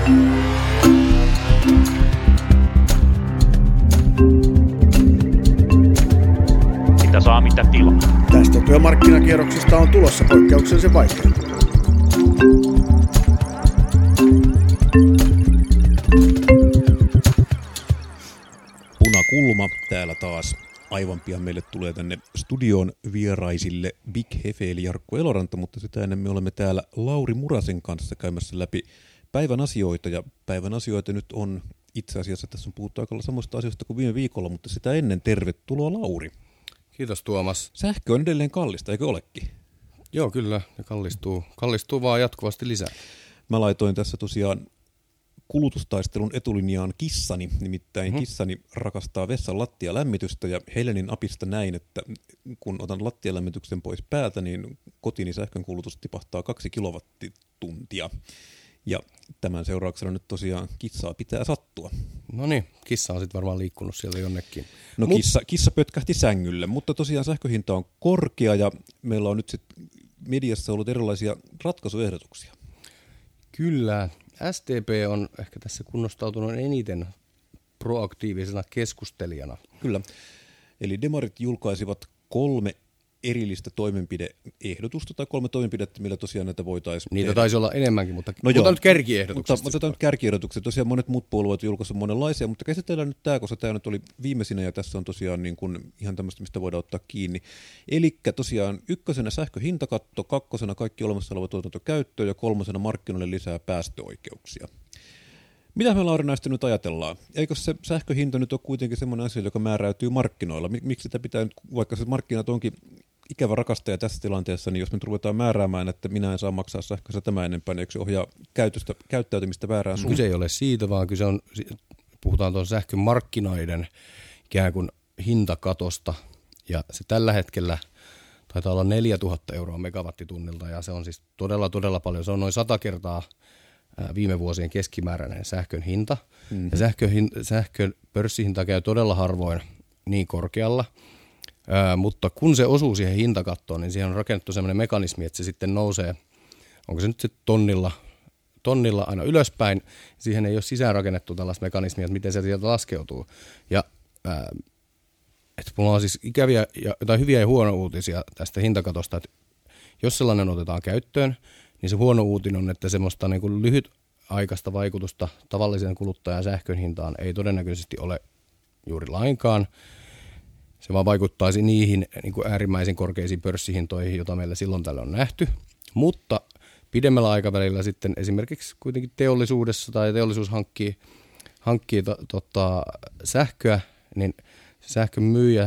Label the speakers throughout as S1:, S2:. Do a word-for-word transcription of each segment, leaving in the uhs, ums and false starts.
S1: Mitä saa, mitä tilaa.
S2: Tästä työmarkkinakierroksesta on tulossa poikkeuksellisen vaikea.
S3: Punakulma täällä taas. Aivan pian meille tulee tänne studion vieraisille Big Hefe eli Jarkko Eloranta, mutta sitä ennen me olemme täällä Lauri Murasen kanssa käymässä läpi päivän asioita, ja päivän asioita nyt on itse asiassa, tässä on puhuttu aika samoista asioista kuin viime viikolla, mutta sitä ennen tervetuloa Lauri.
S4: Kiitos Tuomas.
S3: Sähkö on edelleen kallista, eikö olekin?
S4: Joo, kyllä, ne kallistuu, kallistuu vaan jatkuvasti lisää.
S3: Mä laitoin tässä tosiaan kulutustaistelun etulinjaan kissani, nimittäin mm-hmm. kissani rakastaa vessan lattialämmitystä, ja Helenin apista näin, että kun otan lattialämmityksen pois päältä, niin kotini sähkön kulutus tipahtaa kaksi kilowattituntia. Ja tämän seurauksena nyt tosiaan kissaa pitää sattua.
S4: No niin, kissa on sitten varmaan liikkunut sieltä jonnekin.
S3: No
S4: Mut...
S3: kissa, kissa pötkähti sängylle, mutta tosiaan sähköhinta on korkea, ja meillä on nyt sitten mediassa ollut erilaisia ratkaisuehdotuksia.
S4: Kyllä, S D P on ehkä tässä kunnostautunut eniten proaktiivisena keskustelijana.
S3: Kyllä, eli demarit julkaisivat kolme erillistä toimenpideehdotusta tai kolme toimenpidettä, millä tosiaan näitä voitaisiin
S4: Niitä
S3: tehdä.
S4: taisi olla enemmänkin, mutta
S3: no
S4: otetaan nyt kärkiehdotuksesta.
S3: Mutta otetaan nyt kärkiehdotuksia. Tosiaan monet muut puolueet julkaisivat monenlaisia, mutta käsitellään nyt tämä, koska tämä nyt oli viimeisinä ja tässä on tosiaan niin kuin ihan tämmöistä, mistä voidaan ottaa kiinni. Eli tosiaan ykkösenä sähköhintakatto, kakkosena kaikki olemassa oleva tuotanto käyttöön ja kolmosena markkinoille lisää päästöoikeuksia. Mitä me Lauri näistä nyt ajatellaan? Eikö se sähköhinta nyt ole kuitenkin semmoinen asia, joka määräytyy markkinoilla? Miksi sitä pitää nyt, vaikka se markkinat onkin ikävä rakastaja tässä tilanteessa, niin jos me nyt ruvetaan määräämään, että minä en saa maksaa sähkössä tämä enempää, niin eikö se ohjaa käytöstä, käyttäytymistä väärään suuntaan?
S4: Kyse ei ole siitä, vaan kyse on, puhutaan tuon sähkön markkinoiden ikään kuin hintakatosta, ja se tällä hetkellä taitaa olla neljätuhatta euroa megawattitunnilta, ja se on siis todella, todella paljon. Se on noin sata kertaa viime vuosien keskimääräinen sähkön hinta. Mm-hmm. Ja sähkön, sähkön pörssihinta käy todella harvoin niin korkealla, Ää, mutta kun se osuu siihen hintakattoon, niin siihen on rakennettu sellainen mekanismi, että se sitten nousee, onko se nyt sitten tonnilla, tonnilla aina ylöspäin. Siihen ei ole sisäänrakennettu tällaista mekanismia, että miten se sieltä laskeutuu. Ja ää, että mulla on siis ikäviä ja, tai hyviä ja huono uutisia tästä hintakatosta, että jos sellainen otetaan käyttöön, niin se huono uutinen on, että semmoista niin kuin lyhytaikaista vaikutusta tavallisen kuluttajan sähkön hintaan ei todennäköisesti ole juuri lainkaan. Se vaan vaikuttaisi niihin niin kuin äärimmäisen korkeisiin pörssihintoihin, joita meillä silloin tällä on nähty. Mutta pidemmällä aikavälillä sitten esimerkiksi kuitenkin teollisuudessa tai teollisuus hankkii, hankkii to, tota, sähköä, niin sähkön myyjä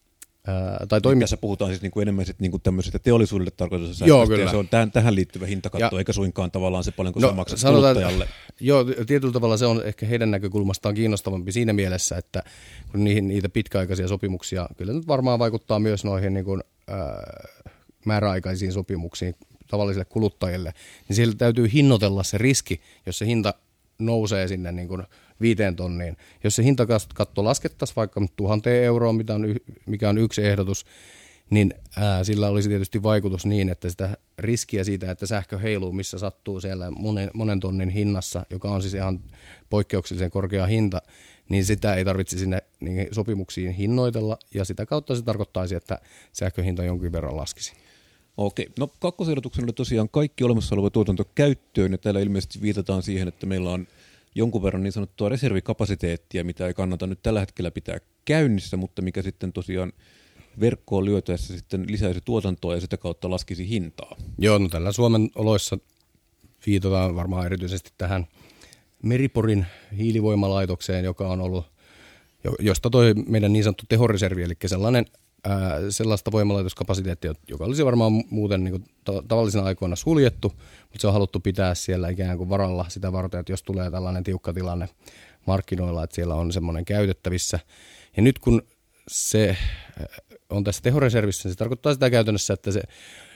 S4: Ää, tai toimi...
S3: Tässä puhutaan siis niinku enemmän sit niinku tämmöisestä teollisuudelle tarkoituksesta
S4: sähköstä,
S3: ja se on tähän, tähän liittyvä hintakatto, ja eikä suinkaan tavallaan se paljon, kun no, sä maksat
S4: sanotaan,
S3: kuluttajalle.
S4: Joo, tietyllä tavalla se on ehkä heidän näkökulmastaan kiinnostavampi siinä mielessä, että kun niihin, niitä pitkäaikaisia sopimuksia, kyllä nyt varmaan vaikuttaa myös noihin niin kuin, ää, määräaikaisiin sopimuksiin tavallisille kuluttajille, niin siellä täytyy hinnoitella se riski, jos se hinta nousee sinne niin kuin viiteen tonniin. Jos se hintakatto laskettaisiin vaikka tuhanteen euroon, mitä on, mikä on yksi ehdotus, niin ää, sillä olisi tietysti vaikutus niin, että sitä riskiä siitä, että sähkö heiluu, missä sattuu siellä monen, monen tonnin hinnassa, joka on siis ihan poikkeuksellisen korkea hinta, niin sitä ei tarvitse sinne niin sopimuksiin hinnoitella, ja sitä kautta se tarkoittaisi, että sähköhinta jonkin verran laskisi.
S3: Okei, no kakkosehdotuksena oli tosiaan kaikki olemassa oleva tuotanto käyttöön, ja täällä ilmeisesti viitataan siihen, että meillä on jonkun verran niin sanottua reservikapasiteettia, mitä ei kannata nyt tällä hetkellä pitää käynnissä, mutta mikä sitten tosiaan verkkoon lyötäessä sitten lisäisi tuotantoa ja sitä kautta laskisi hintaa.
S4: Joo, no tällä Suomen oloissa viitataan varmaan erityisesti tähän Meriporin hiilivoimalaitokseen, joka on ollut, josta toi meidän niin sanottu tehoreservi, eli sellainen ää, sellaista voimalaitoskapasiteettia, joka olisi varmaan muuten niin kuin ta- tavallisena aikoina suljettu, mutta se on haluttu pitää siellä ikään kuin varalla sitä varten, että jos tulee tällainen tiukka tilanne markkinoilla, että siellä on semmoinen käytettävissä. Ja nyt kun se on tässä tehoreservissä, niin se tarkoittaa sitä käytännössä, että se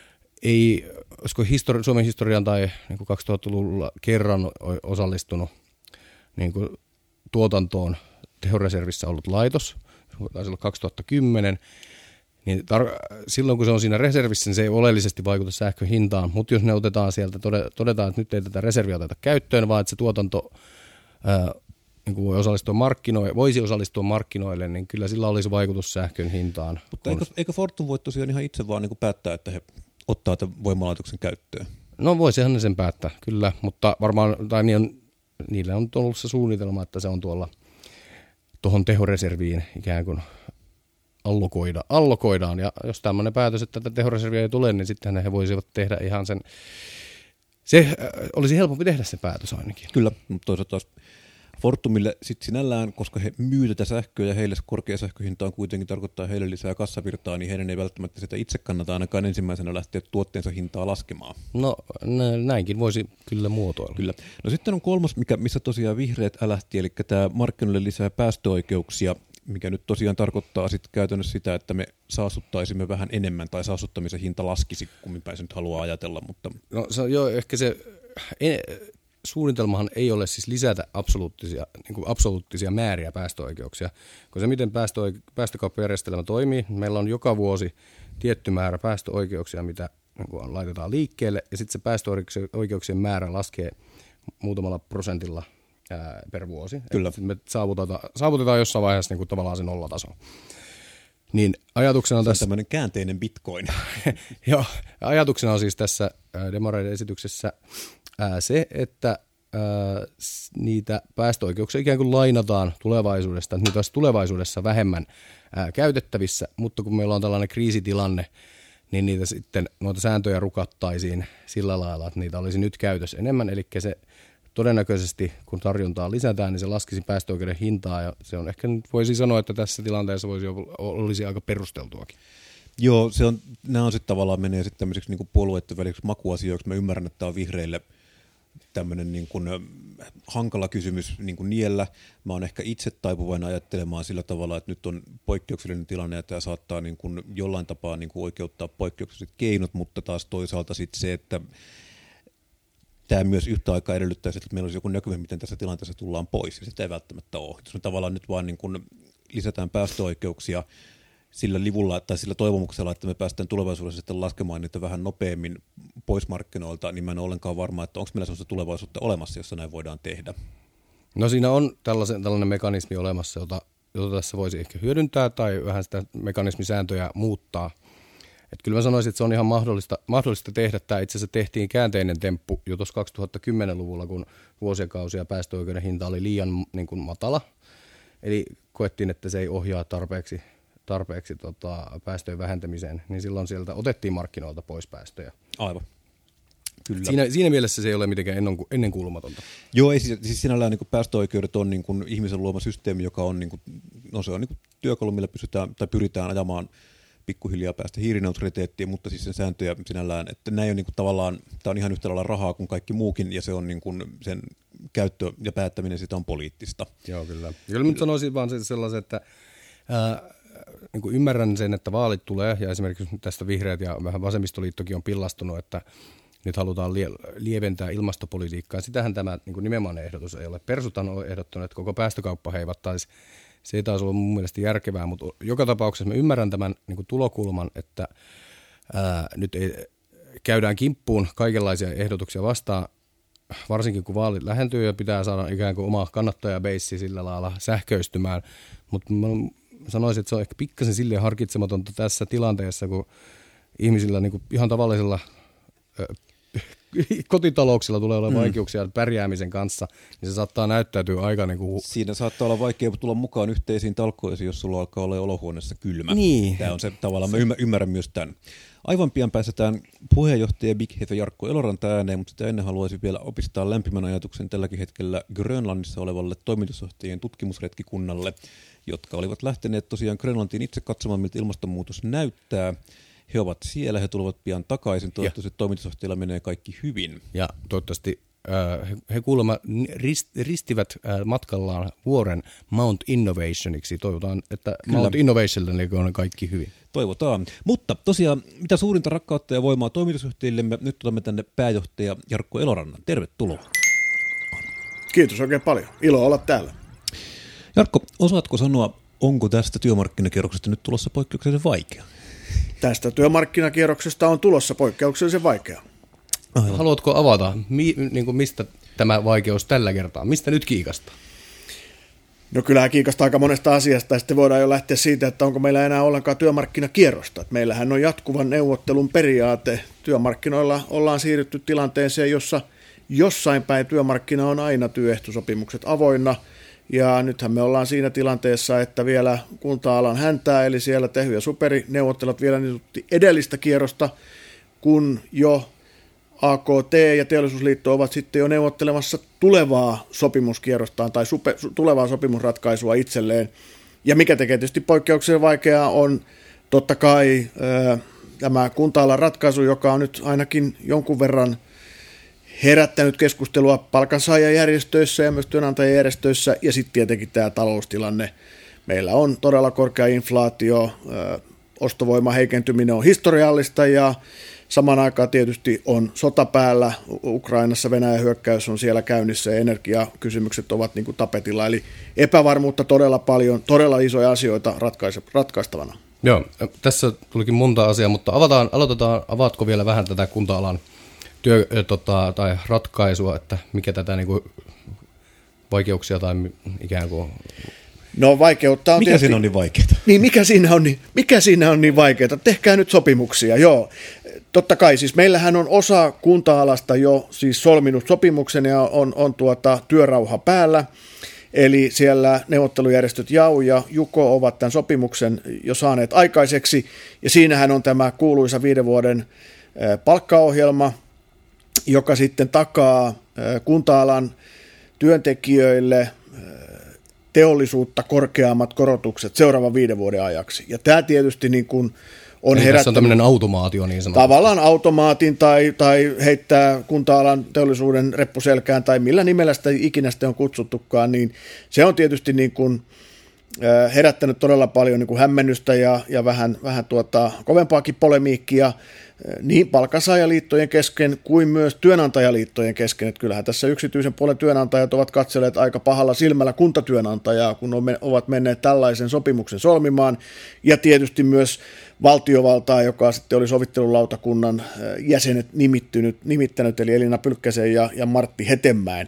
S4: ei, olisiko histori- Suomen historian tai niin kuin kaksituhattaluvulla kerran osallistunut niin kuin tuotantoon tehoreservissä ollut laitos, taisi olla kaksituhattakymmenen, niin tar- silloin kun se on siinä reservissä, niin se ei oleellisesti vaikuta sähkön hintaan, mutta jos ne otetaan sieltä, todetaan, että nyt ei tätä reserviä oteta käyttöön, vaan että se tuotanto ää, niin kuin voi osallistua markkinoille, voisi osallistua markkinoille, niin kyllä sillä olisi vaikutus sähkön hintaan.
S3: Mutta eikö, eikö Fortum voi tosiaan ihan itse vaan niin kuin päättää, että he ottaa tämän voimalaitoksen käyttöön?
S4: No voisihan ne sen päättää, kyllä, mutta varmaan, tai niin on, niillä on ollut se suunnitelma, että se on tuolla tuohon tehoreserviin ikään kuin allokoida, allokoidaan, ja jos tämmöinen päätös, että tätä tehoreserviä ei tule, niin sitten he voisivat tehdä ihan sen, se äh, olisi helpompi tehdä se päätös ainakin.
S3: Kyllä, mutta toisaalta taas Fortumille sitten sinällään, koska he myy tätä sähköä ja heille korkea sähköhinta on kuitenkin tarkoittaa heille lisää kassavirtaa, niin heidän ei välttämättä sitä itse kannata ainakaan ensimmäisenä lähteä tuotteensa hintaa laskemaan.
S4: No näinkin voisi kyllä muotoilla.
S3: Kyllä. No sitten on kolmas, mikä, missä tosiaan vihreät älähti, eli tämä markkinoille lisää päästöoikeuksia, mikä nyt tosiaan tarkoittaa sitten käytännössä sitä, että me saastuttaisimme vähän enemmän tai saastuttamisen hinta laskisi, kummin päin se nyt haluaa ajatella. Mutta
S4: no se, joo, ehkä se en, suunnitelmahan ei ole siis lisätä absoluuttisia, niin kuin absoluuttisia määriä päästöoikeuksia, kun se miten päästöoike- päästökauppajärjestelmä toimii, meillä on joka vuosi tietty määrä päästöoikeuksia, mitä niin kuin laitetaan liikkeelle, ja sitten se päästöoikeuksien määrä laskee muutamalla prosentilla ää, per vuosi.
S3: Kyllä.
S4: Me saavutetaan, saavutetaan jossain vaiheessa niin kuin tavallaan se nollataso. Niin ajatuksena on
S3: se
S4: tässä
S3: on tämmöinen käänteinen bitcoin.
S4: Joo, ajatuksena on siis tässä demareiden esityksessä ää, se, että ää, niitä päästöoikeuksia ikään kuin lainataan tulevaisuudesta, että niitä olisi tulevaisuudessa vähemmän ää, käytettävissä, mutta kun meillä on tällainen kriisitilanne, niin niitä sitten noita sääntöjä rukattaisiin sillä lailla, että niitä olisi nyt käytössä enemmän, eli se todennäköisesti, kun tarjontaa lisätään, niin se laskisi päästöoikeuden hintaa, ja se on ehkä nyt voisi sanoa, että tässä tilanteessa voisi olisi aika perusteltuakin.
S3: Joo, se on, nämä on sitten tavallaan menee sitten tämmöiseksi niin kuin puolueiden väliksi makuasioiksi. Mä ymmärrän, että tämä on vihreille tämmöinen niin kuin hankala kysymys niin kuin niellä. Mä oon ehkä itse taipuvainen ajattelemaan sillä tavalla, että nyt on poikkeuksellinen tilanne, ja tämä saattaa niin kuin jollain tapaa niin kuin oikeuttaa poikkeukselliset keinot, mutta taas toisaalta sitten se, että tämä myös yhtä aikaa edellyttäisi, että meillä olisi joku näkymä, miten tässä tilanteessa tullaan pois, ja sitä ei välttämättä ole. Jos me tavallaan nyt vaan niin kuin lisätään päästöoikeuksia sillä livulla tai sillä toivomuksella, että me päästään tulevaisuudessa sitten laskemaan niitä vähän nopeammin pois markkinoilta, niin mä en ole ollenkaan varma, että onko meillä sellaista tulevaisuutta olemassa, jossa näin voidaan tehdä.
S4: No siinä on tällainen, tällainen mekanismi olemassa, jota, jota tässä voisi ehkä hyödyntää tai vähän sitä mekanismisääntöjä muuttaa. Että kyllä mä sanoisin, että se on ihan mahdollista, mahdollista tehdä. Tämä itse asiassa tehtiin käänteinen temppu jo tuossa kaksituhattakymmenen-luvulla, kun vuosikausia päästöoikeuden hinta oli liian niin kuin matala. Eli koettiin, että se ei ohjaa tarpeeksi, tarpeeksi tota, päästöjen vähentämiseen, niin silloin sieltä otettiin markkinoilta pois päästöjä.
S3: Aivan. Kyllä.
S4: Siinä, siinä mielessä se ei ole mitenkään ennenkuulumatonta.
S3: Joo, ei siis, siis sinällään niin päästöoikeudet on niin kuin ihmisen luoma systeemi, joka on, niin kuin, no se on niin kuin työkalu, millä pystytään tai pyritään ajamaan pikkuhiljaa päästä hiilineutraliteettiin, mutta siis sen sääntöjä sinällään, että näin on niin kuin tavallaan, tämä on ihan yhtä lailla rahaa kuin kaikki muukin, ja se on niin kuin sen käyttö ja päättäminen siitä on poliittista.
S4: Joo, kyllä. Kyllä nyt sanoisin vaan sellaisen, että ää, niin kuin ymmärrän sen, että vaalit tulee, ja esimerkiksi tästä vihreät ja vähän vasemmistoliittokin on pillastunut, että nyt halutaan lie- lieventää ilmastopolitiikkaa. Sitähän tämä niin kuin nimenomainen ehdotus ei ole. Persut on ehdottanut, että koko päästökauppa heivattaisi. Se ei taas ollut mun mielestä järkevää, mutta joka tapauksessa mä ymmärrän tämän niin kuin tulokulman, että ää, nyt ei, käydään kimppuun kaikenlaisia ehdotuksia vastaan, varsinkin kun vaalit lähentyy ja pitää saada ikään kuin oma kannattajabeissi sillä lailla sähköistymään. Mutta mä sanoisin, että se on ehkä pikkasen silleen harkitsematonta tässä tilanteessa, kun ihmisillä niin kuin ihan tavallisilla kotitalouksilla tulee olla vaikeuksia mm. pärjäämisen kanssa, niin se saattaa näyttäytyä aika niin kuin...
S3: Siinä saattaa olla vaikea tulla mukaan yhteisiin talkoisiin, jos sulla alkaa olla olohuoneessa kylmä.
S4: Niin.
S3: Tämä on se tavallaan, mä ymmärrän myös tämän. Aivan pian pääsetään puheenjohtaja Big Hefe Jarkko Eloranta ääneen, mutta sitä ennen haluaisin vielä opistaa lämpimän ajatuksen tälläkin hetkellä Grönlannissa olevalle toimitusjohtajien tutkimusretkikunnalle, jotka olivat lähteneet tosiaan Grönlantiin itse katsomaan, miltä ilmastonmuutos näyttää. He ovat siellä, he tulevat pian takaisin, toivottavasti ja. toimitusjohtajilla menee kaikki hyvin.
S4: Ja toivottavasti äh, he, he kuulemma rist, ristivät äh, matkallaan vuoren Mount Innovationiksi. Toivotaan, että Kyllä. Mount Innovationille on kaikki hyvin.
S3: Toivotaan. Mutta tosiaan, mitä suurinta rakkautta ja voimaa toimitusjohtajillemme, nyt tulemme tänne pääjohtaja Jarkko Elorannan. Tervetuloa.
S2: Kiitos oikein paljon. Ilo olla täällä.
S3: Jarkko, osaatko sanoa, onko tästä työmarkkinakierroksesta nyt tulossa poikkeuksellisen vaikea?
S2: Tästä työmarkkinakierroksesta on tulossa poikkeuksellisen vaikea.
S4: Aivan. Haluatko avata, mi, niin kuin mistä tämä vaikeus tällä kertaa? Mistä nyt kiikastaa?
S2: No kyllähän kiikastaa aika monesta asiasta, ja sitten voidaan jo lähteä siitä, että onko meillä enää ollenkaan työmarkkinakierrosta. Että meillähän on jatkuvan neuvottelun periaate. Työmarkkinoilla ollaan siirrytty tilanteeseen, jossa jossain päin työmarkkina on aina työehtosopimukset avoinna. Ja nythän me ollaan siinä tilanteessa, että vielä kunta-alan häntää, eli siellä Tehy ja Superi neuvottelevat vielä niin edellistä kierrosta, kun jo A K T ja Teollisuusliitto ovat sitten jo neuvottelemassa tulevaa sopimuskierrostaan tai super, tulevaa sopimusratkaisua itselleen. Ja mikä tekee tietysti poikkeuksellisen vaikeaa on totta kai ää, tämä kunta-alan ratkaisu, joka on nyt ainakin jonkun verran herättänyt keskustelua palkansaajajärjestöissä ja myös työnantajajärjestöissä, ja sitten tietenkin tämä taloustilanne. Meillä on todella korkea inflaatio, ää, ostovoiman heikentyminen on historiallista, ja samaan aikaan tietysti on sota päällä, Ukrainassa Venäjän hyökkäys on siellä käynnissä ja energiakysymykset ovat niin kuin tapetilla, eli epävarmuutta todella paljon, todella isoja asioita ratkaistavana.
S4: Joo, tässä tulikin monta asiaa, mutta avataan, aloitetaan, avaatko vielä vähän tätä kunta-alan työ, tota, tai ratkaisua, että mikä tätä niin kuin, vaikeuksia tai ikään kuin...
S2: No vaikeutta on
S3: mikä
S2: tietysti,
S3: siinä on niin vaikeaa?
S2: Niin, mikä siinä on niin, mikä siinä on niin vaikeaa? Tehkää nyt sopimuksia, joo. Totta kai, siis meillähän on osa kunta-alasta jo siis solminut sopimuksen ja on, on tuota työrauha päällä. Eli siellä neuvottelujärjestöt J A U ja Juko ovat tämän sopimuksen jo saaneet aikaiseksi. Ja siinähän on tämä kuuluisa viiden vuoden palkkaohjelma, joka sitten takaa kunta-alan työntekijöille teollisuutta korkeammat korotukset seuraavan viiden vuoden ajaksi. Ja tämä tietysti niin kuin on
S4: eli
S2: herättänyt...
S4: Tässä on tämmöinen automaatio niin sanotaan.
S2: Tavallaan automaatin tai, tai heittää kunta-alan teollisuuden reppuselkään tai millä nimellä sitä ikinä sitä on kutsuttukaan, niin se on tietysti niin kuin herättänyt todella paljon niin kuin hämmennystä ja, ja vähän, vähän tuota, kovempaakin polemiikkia niin palkansaajaliittojen kesken kuin myös työnantajaliittojen kesken. Että kyllähän tässä yksityisen puolen työnantajat ovat katselleet aika pahalla silmällä kuntatyönantajaa, kun on, ovat menneet tällaisen sopimuksen solmimaan. Ja tietysti myös valtiovaltaa, joka sitten oli sovittelulautakunnan jäsenet nimittynyt, nimittänyt, eli Elina Pylkkäsen ja, ja Martti Hetemäen.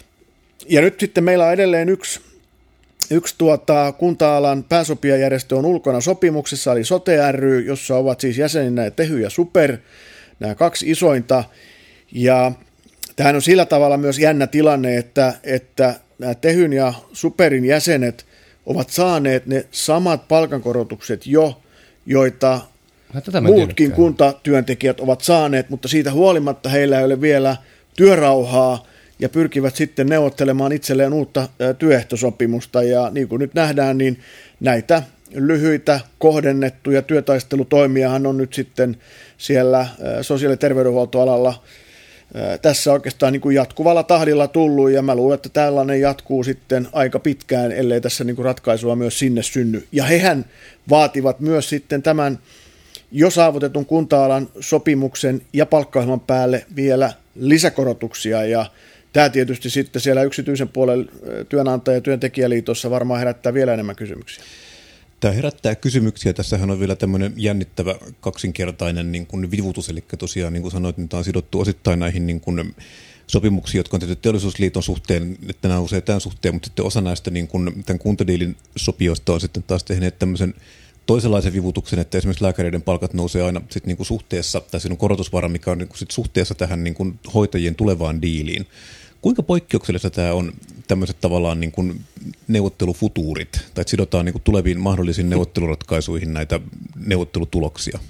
S2: Ja nyt sitten meillä on edelleen yksi Yksi tuota, kunta-alan pääsopijajärjestö on ulkona sopimuksessa, eli Sote ry, jossa ovat siis jäseninä Tehy ja Super, nämä kaksi isointa. Ja tämähän on sillä tavalla myös jännä tilanne, että, että nämä Tehyn ja Superin jäsenet ovat saaneet ne samat palkankorotukset jo, joita muutkin kuntatyöntekijät ovat saaneet, mutta siitä huolimatta heillä ei ole vielä työrauhaa, ja pyrkivät sitten neuvottelemaan itselleen uutta työehtosopimusta. Ja niin kuin nyt nähdään, niin näitä lyhyitä kohdennettuja työtaistelutoimiahan on nyt sitten siellä sosiaali- ja terveydenhuoltoalalla tässä oikeastaan niin kuin jatkuvalla tahdilla tullut, ja mä luulen, että tällainen jatkuu sitten aika pitkään, ellei tässä niin kuin ratkaisua myös sinne synny. Ja hehän vaativat myös sitten tämän jo saavutetun kunta-alan sopimuksen ja palkkaohjelman päälle vielä lisäkorotuksia, ja tämä tietysti sitten siellä yksityisen puolen työnantaja- ja työntekijäliitossa varmaan herättää vielä enemmän kysymyksiä.
S3: Tämä herättää kysymyksiä. Tässähän on vielä tämmöinen jännittävä kaksinkertainen niin kuin vivutus, eli tosiaan niin kuin sanoit, niin tämä on sidottu osittain näihin niin kuin sopimuksiin, jotka on tehty Teollisuusliiton suhteen, että nämä usein tämän suhteen, mutta sitten osa näistä niin kuin tämän kuntadiilin sopijoista on sitten taas tehneet tämmöisen toisenlaisen vivutuksen, että esimerkiksi lääkäreiden palkat nousee aina sit niinku suhteessa, tai siinä on korotusvara, mikä on niinku sit suhteessa tähän niinku hoitajien tulevaan diiliin. Kuinka poikkeuksellista tämä on tämmöiset tavallaan niinku neuvottelufutuurit, tai että sidotaan niinku tuleviin mahdollisiin neuvotteluratkaisuihin näitä neuvottelutuloksia?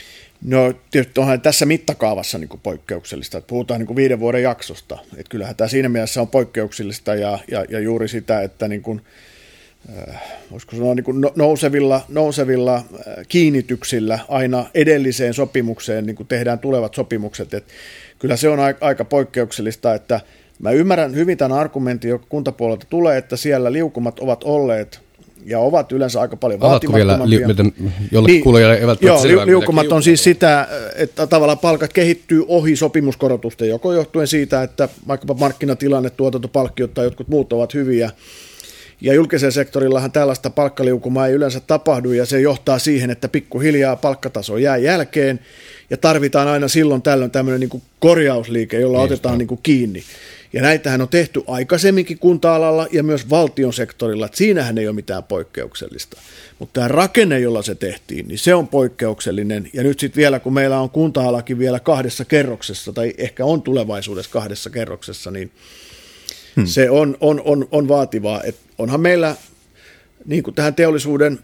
S2: No tietysti onhan tässä mittakaavassa niin kuin poikkeuksellista, että puhutaan niin kuin viiden vuoden jaksosta, että kyllähän tämä siinä mielessä on poikkeuksellista ja, ja, ja juuri sitä, että niin kuin voisiko sanoa niin kuin nousevilla, nousevilla kiinnityksillä aina edelliseen sopimukseen niin kuin tehdään tulevat sopimukset. Et kyllä se on aika poikkeuksellista, että mä ymmärrän hyvin tämän argumentin, joka kuntapuolelta tulee, että siellä liukumat ovat olleet ja ovat yleensä aika paljon vaatimattomampia.
S4: Jollekin kuulijalle ei välttämättä
S2: Joo, liukumat on siis sitä, että tavallaan palkat kehittyy ohi sopimuskorotusten, joko johtuen siitä, että vaikkapa markkinatilanne, tuotantopalkkiot tai jotkut muut ovat hyviä. Ja julkisen sektorillahan tällaista palkkaliukumaa ei yleensä tapahdu, ja se johtaa siihen, että pikkuhiljaa palkkataso jää jälkeen, ja tarvitaan aina silloin tällöin tämmöinen niin kuin korjausliike, jolla niin, otetaan niin kuin kiinni. Ja näitähän on tehty aikaisemminkin kunta-alalla ja myös valtion sektorilla, että siinähän ei ole mitään poikkeuksellista. Mutta tämä rakenne, jolla se tehtiin, niin se on poikkeuksellinen. Ja nyt sitten vielä, kun meillä on kunta-alakin vielä kahdessa kerroksessa, tai ehkä on tulevaisuudessa kahdessa kerroksessa, niin hmm. se on, on, on, on vaativaa. Et onhan meillä niin kuin tähän teollisuuden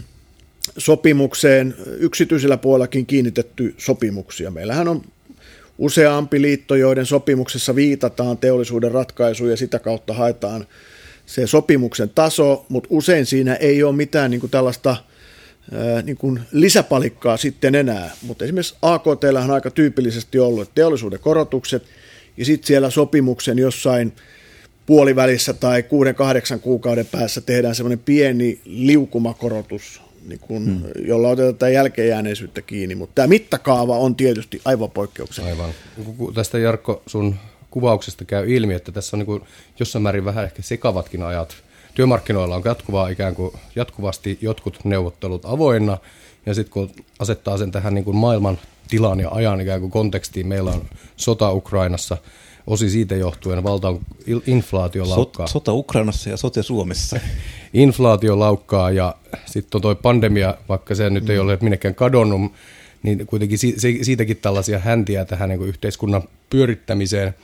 S2: sopimukseen yksityisellä puolellakin kiinnitetty sopimuksia. Meillähän on useampi liitto, joiden sopimuksessa viitataan teollisuuden ratkaisuun ja sitä kautta haetaan se sopimuksen taso, mutta usein siinä ei ole mitään niin kuin tällaista ää, niin kuin lisäpalikkaa sitten enää. Mutta esimerkiksi A K T:llä on aika tyypillisesti ollut teollisuuden korotukset ja sitten siellä sopimuksen jossain puolivälissä tai kuuden, kahdeksan kuukauden päässä tehdään semmoinen pieni liukumakorotus, niin kun, hmm. jolla otetaan jälkeenjääneisyyttä kiinni, mutta tämä mittakaava on tietysti aivan poikkeuksellinen.
S4: Aivan. Tästä Jarkko sun kuvauksesta käy ilmi, että tässä on niin kuin jossain määrin vähän ehkä sekavatkin ajat. Työmarkkinoilla on jatkuvaa ikään kuin jatkuvasti jotkut neuvottelut avoinna, ja sitten kun asettaa sen tähän niin kuin maailman tilan ja ajan ikään kuin kontekstiin, meillä on sota Ukrainassa, osi siitä johtuen valtaan inflaatio laukkaa.
S3: Sota Ukrainassa ja sote Suomessa.
S4: Inflaatio laukkaa ja sitten on toi pandemia, vaikka se nyt ei ole minnekään kadonnut, niin kuitenkin siitäkin tällaisia häntiä tähän niin kuin yhteiskunnan pyörittämiseen.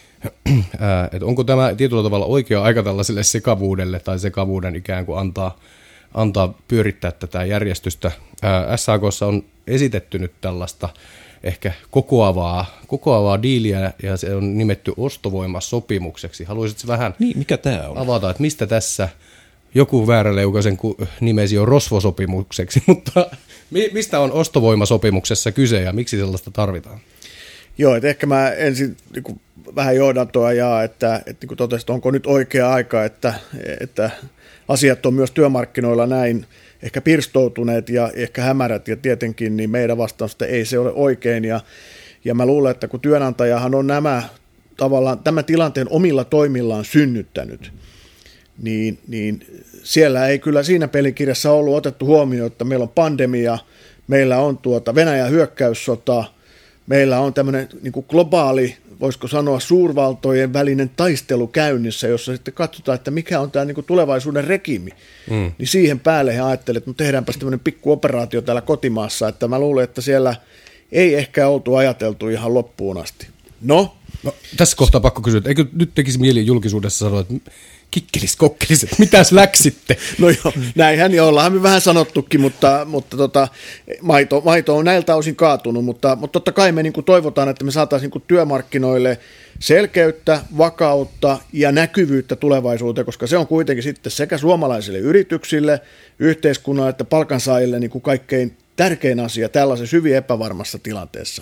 S4: Että onko tämä tietyllä tavalla oikea aika tällaiselle sekavuudelle tai sekavuuden ikään kuin antaa, antaa pyörittää tätä järjestystä. S A K:ssa on esitetty nyt tällaista ehkä kokoavaa, kokoavaa diiliä, ja se on nimetty ostovoimasopimukseksi. Haluaisitko vähän
S3: niin, mikä tämä on?
S4: Avata, että mistä tässä joku vääräleukaisen nimesi on rosvosopimukseksi, mutta mistä on ostovoimasopimuksessa kyse ja miksi sellaista tarvitaan?
S2: Joo, että ehkä mä ensin niin kuin vähän johdantoa jaa, että, että niin kuin totesin, onko nyt oikea aika, että, että asiat on myös työmarkkinoilla näin ehkä pirstoutuneet ja ehkä hämärät, ja tietenkin niin meidän vastausta ei se ole oikein, ja, ja mä luulen, että kun työnantajahan on nämä tavallaan tämän tilanteen omilla toimillaan synnyttänyt, niin, niin siellä ei kyllä siinä pelikirjassa ollut otettu huomioon, että meillä on pandemia, meillä on tuota Venäjän hyökkäyssota, meillä on tämmöinen niin kuin globaali, voisiko sanoa suurvaltojen välinen taistelu käynnissä, jossa sitten katsotaan, että mikä on tämä niin kuin tulevaisuuden regiimi. Mm. Niin siihen päälle he ajattelevat, että no tehdäänpäs tämmöinen pikku operaatio täällä kotimaassa, että mä luulen, että siellä ei ehkä oltu ajateltu ihan loppuun asti. No?
S4: no tässä kohtaa pakko kysyä, että eikö nyt tekisi mieli julkisuudessa sanoa, että kikkelis, kokkelis, että mitäs läksitte?
S2: No joo, näinhän jo ollaanhan me vähän sanottukin, mutta, mutta tota, maito, maito on näiltä osin kaatunut, mutta, mutta totta kai me niin kuin toivotaan, että me saataisiin niin kuin työmarkkinoille selkeyttä, vakautta ja näkyvyyttä tulevaisuuteen, koska se on kuitenkin sitten sekä suomalaisille yrityksille, yhteiskunnalle että palkansaajille niin kuin kaikkein tärkein asia tällaisessa hyvin epävarmassa tilanteessa.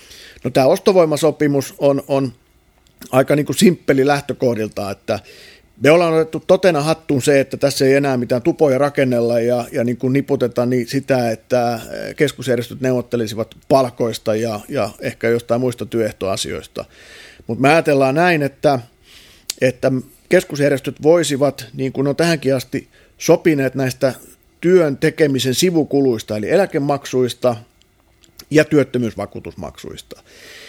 S2: No tämä ostovoimasopimus on, on aika niin kuin simppeli lähtökohdilta, että me ollaan otettu totena hattuun se, että tässä ei enää mitään tupoja rakennella ja, ja niin kuin niputeta niin sitä, että keskusjärjestöt neuvottelisivat palkoista ja, ja ehkä jostain muista työehtoasioista. Mutta me ajatellaan näin, että, että keskusjärjestöt voisivat, niin kuin on tähänkin asti sopineet näistä työn tekemisen sivukuluista, eli eläkemaksuista ja työttömyysvakuutusmaksuista.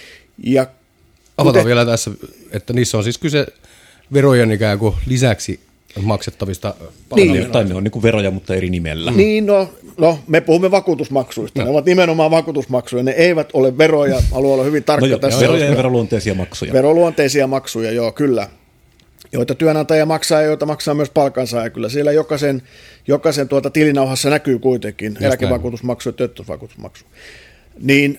S2: Ja
S4: avataan vielä tässä, että niissä on siis kyse verojen ikään kuin lisäksi maksettavista palveluista.
S3: Niin, tai ne on niin kuin veroja, mutta eri nimellä.
S2: Niin, no, no me puhumme vakuutusmaksuista. No. Ne ovat nimenomaan vakuutusmaksuja. Ne eivät ole veroja. Haluan olla hyvin tarkka
S3: no jo,
S2: tässä.
S3: Veroja ja veroluonteisia maksuja.
S2: Veroluonteisia maksuja, joo, kyllä. Joita työnantaja maksaa ja joita maksaa myös palkansaaja. Kyllä siellä jokaisen, jokaisen tuota tilinauhassa näkyy kuitenkin eläkevakuutusmaksu ja työttömyysvakuutusmaksu. Niin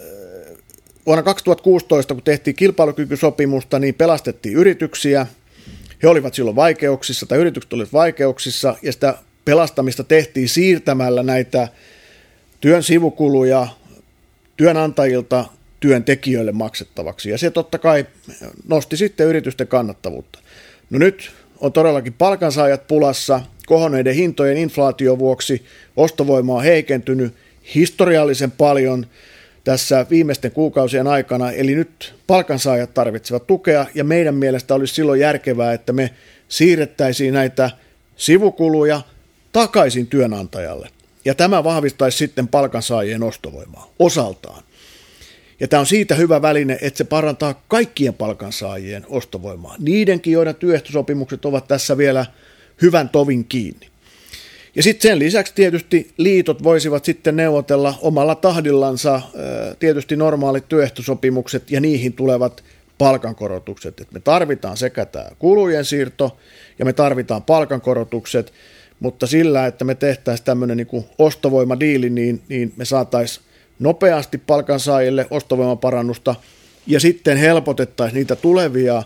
S2: vuonna kaksituhattakuusitoista, kun tehtiin kilpailukykysopimusta, niin pelastettiin yrityksiä. He olivat silloin vaikeuksissa, tai yritykset olivat vaikeuksissa, ja sitä pelastamista tehtiin siirtämällä näitä työn sivukuluja työnantajilta työntekijöille maksettavaksi. Ja se totta kai nosti sitten yritysten kannattavuutta. No nyt on todellakin palkansaajat pulassa, kohonneiden hintojen inflaation vuoksi ostovoima on heikentynyt historiallisen paljon tässä viimeisten kuukausien aikana, eli nyt palkansaajat tarvitsevat tukea, ja meidän mielestä olisi silloin järkevää, että me siirrettäisiin näitä sivukuluja takaisin työnantajalle. Ja tämä vahvistaisi sitten palkansaajien ostovoimaa osaltaan. Ja tämä on siitä hyvä väline, että se parantaa kaikkien palkansaajien ostovoimaa. Niidenkin, joiden työehtosopimukset ovat tässä vielä hyvän tovin kiinni. Ja sitten sen lisäksi tietysti liitot voisivat sitten neuvotella omalla tahdillansa tietysti normaalit työehtosopimukset ja niihin tulevat palkankorotukset. Et me tarvitaan sekä tämä kulujen siirto ja me tarvitaan palkankorotukset, mutta sillä, että me tehtäisiin tämmöinen niin kuin ostovoimadiili, niin, niin me saataisiin nopeasti palkansaajille ostovoimaparannusta ja sitten helpotettaisiin niitä tulevia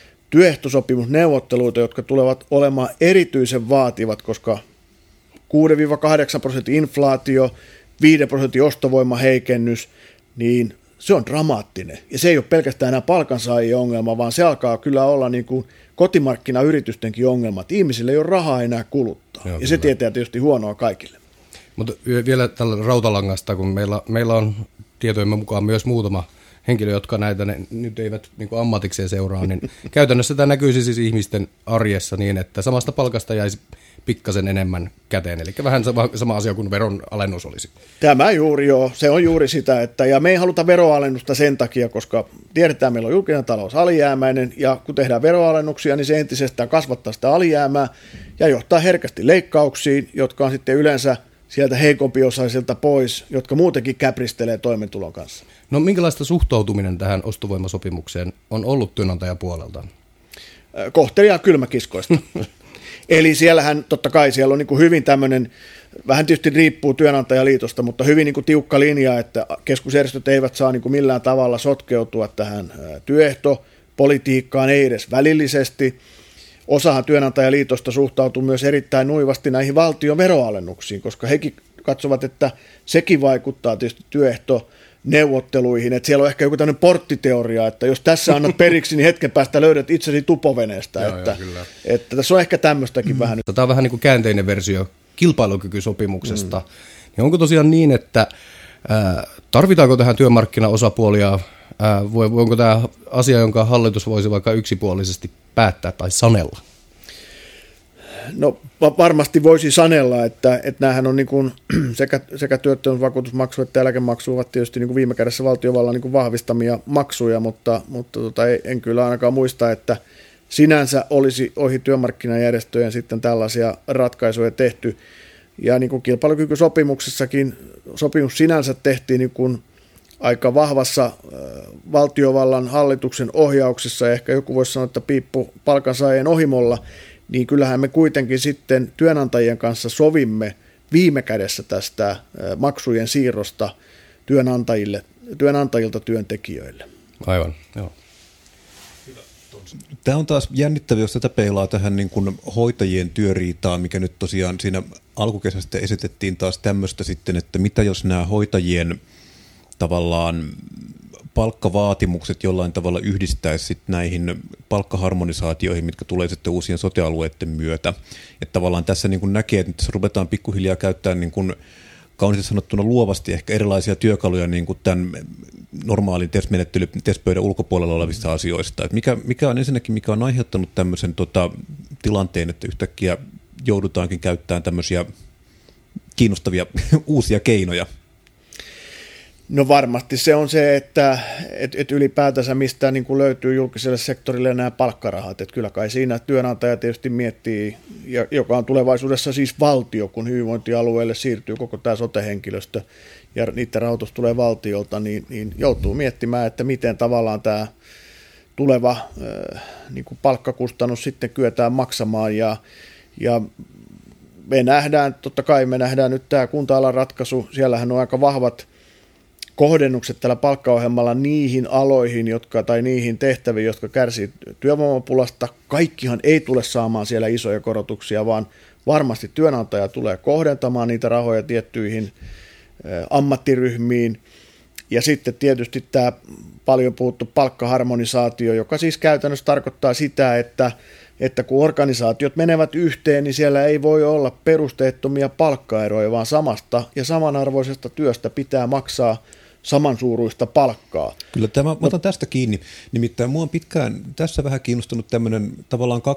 S2: työehtosopimusneuvotteluita, jotka tulevat olemaan erityisen vaativat, koska kuusi kahdeksan prosentin inflaatio, viisi prosentin ostovoimaheikennys, niin se on dramaattinen. Ja se ei ole pelkästään enää palkansaajien ongelma, vaan se alkaa kyllä olla niin kuin kotimarkkinayritystenkin ongelma, että ihmisille ei ole rahaa enää kuluttaa. Joo, ja se tietää tietysti huonoa kaikille. Mutta
S4: vielä tällä rautalangasta, kun meillä, meillä on tietojemme mukaan myös muutama henkilö, jotka näitä ne, nyt eivät niin kuin ammatikseen seuraa, niin käytännössä tämä näkyisi siis ihmisten arjessa niin, että samasta palkasta jäisi pikkasen enemmän käteen, eli vähän sama, sama asia kuin veron alennus olisi.
S2: Tämä juuri joo, se on juuri sitä, että ja me ei haluta veroalennusta sen takia, koska tiedetään, meillä on julkinen talous alijäämäinen, ja kun tehdään veroalennuksia, niin se entisestään kasvattaa sitä alijäämää ja johtaa herkästi leikkauksiin, jotka on sitten yleensä sieltä heikompiossaisilta pois, jotka muutenkin käpristelee toimeentulon kanssa.
S4: No minkälaista suhtautuminen tähän ostovoimasopimukseen on ollut työnantajapuolelta?
S2: Kohtelia kylmäkiskoista. Eli siellähän totta kai siellä on niin kuin hyvin tämmöinen, vähän tietysti riippuu työnantajaliitosta, mutta hyvin niin kuin tiukka linja, että keskusjärjestöt eivät saa niin kuin millään tavalla sotkeutua tähän työehtopolitiikkaan, ei edes välillisesti. Osahan työnantajaliitosta suhtautuu myös erittäin nuivasti näihin valtion veroalennuksiin, koska hekin katsovat, että sekin vaikuttaa tietysti työehtoneuvotteluihin, että siellä on ehkä joku tämmöinen porttiteoria, että jos tässä annat periksi, niin hetken päästä löydät itsesi tupoveneestä, joo, että, että tässä on ehkä tämmöistäkin mm. vähän.
S4: Tämä on vähän niin kuin käänteinen versio kilpailukykysopimuksesta. Mm. Niin onko tosiaan niin, että ää, tarvitaanko tähän työmarkkinaosapuolia, ää, voi, onko tämä asia, jonka hallitus voisi vaikka yksipuolisesti päättää tai sanella?
S2: No varmasti voisi sanella, että, että näähän on niin kuin sekä, sekä työttömyysvakuutusmaksu että eläkemaksu ovat tietysti niin kuin viime kädessä valtiovallan niin kuin vahvistamia maksuja, mutta, mutta tota, en kyllä ainakaan muista, että sinänsä olisi ohi työmarkkinajärjestöjen sitten tällaisia ratkaisuja tehty. Ja niin kuin kilpailukykysopimuksessakin sopimus sinänsä tehtiin niin kuin aika vahvassa valtiovallan hallituksen ohjauksessa, ehkä joku voisi sanoa, että piippu palkansaajien ohimolla, niin kyllähän me kuitenkin sitten työnantajien kanssa sovimme viime kädessä tästä maksujen siirrosta työnantajille, työnantajilta työntekijöille.
S4: Aivan, joo.
S3: Tämä on taas jännittävää, jos tätä peilaa tähän niin kuin hoitajien työriitaan, mikä nyt tosiaan siinä alkukesästä esitettiin taas tämmöistä sitten, että mitä jos nämä hoitajien tavallaan palkkavaatimukset jollain tavalla yhdistäisi sitten näihin palkkaharmonisaatioihin, mitkä tulee sitten uusien sote-alueiden myötä. Että tavallaan tässä niin kuin näkee, että tässä ruvetaan pikkuhiljaa käyttämään niin kuin kauniisesti sanottuna luovasti ehkä erilaisia työkaluja niin kuin tämän normaalin testmenettelyn, testpöydän ulkopuolella olevista asioista. Että mikä, mikä on ensinnäkin, mikä on aiheuttanut tämmöisen tota, tilanteen, että yhtäkkiä joudutaankin käyttämään tämmöisiä kiinnostavia uusia keinoja?
S2: No varmasti se on se, että et, et ylipäätänsä mistä niin kuin löytyy julkiselle sektorille nämä palkkarahat. Et kyllä kai siinä työnantaja tietysti miettii, ja, joka on tulevaisuudessa siis valtio, kun hyvinvointialueelle siirtyy koko tämä sote-henkilöstö ja niiden rahoitus tulee valtiolta, niin, niin joutuu miettimään, että miten tavallaan tämä tuleva äh, niin kuin palkkakustannus sitten kyetään maksamaan. Ja, ja me nähdään, totta kai me nähdään nyt tämä kunta-alan ratkaisu, siellähän on aika vahvat kohdennukset tällä palkkaohjelmalla niihin aloihin, jotka, tai niihin tehtäviin, jotka kärsii työvoimapulasta. Kaikkihan ei tule saamaan siellä isoja korotuksia, vaan varmasti työnantaja tulee kohdentamaan niitä rahoja tiettyihin ammattiryhmiin. Ja sitten tietysti tämä paljon puhuttu palkkaharmonisaatio, joka siis käytännössä tarkoittaa sitä, että, että kun organisaatiot menevät yhteen, niin siellä ei voi olla perusteettomia palkkaeroja, vaan samasta ja samanarvoisesta työstä pitää maksaa samansuuruista palkkaa.
S3: Kyllä tämä, mä otan tästä kiinni. Nimittäin mua on pitkään tässä vähän kiinnostunut tämmöinen tavallaan kaksi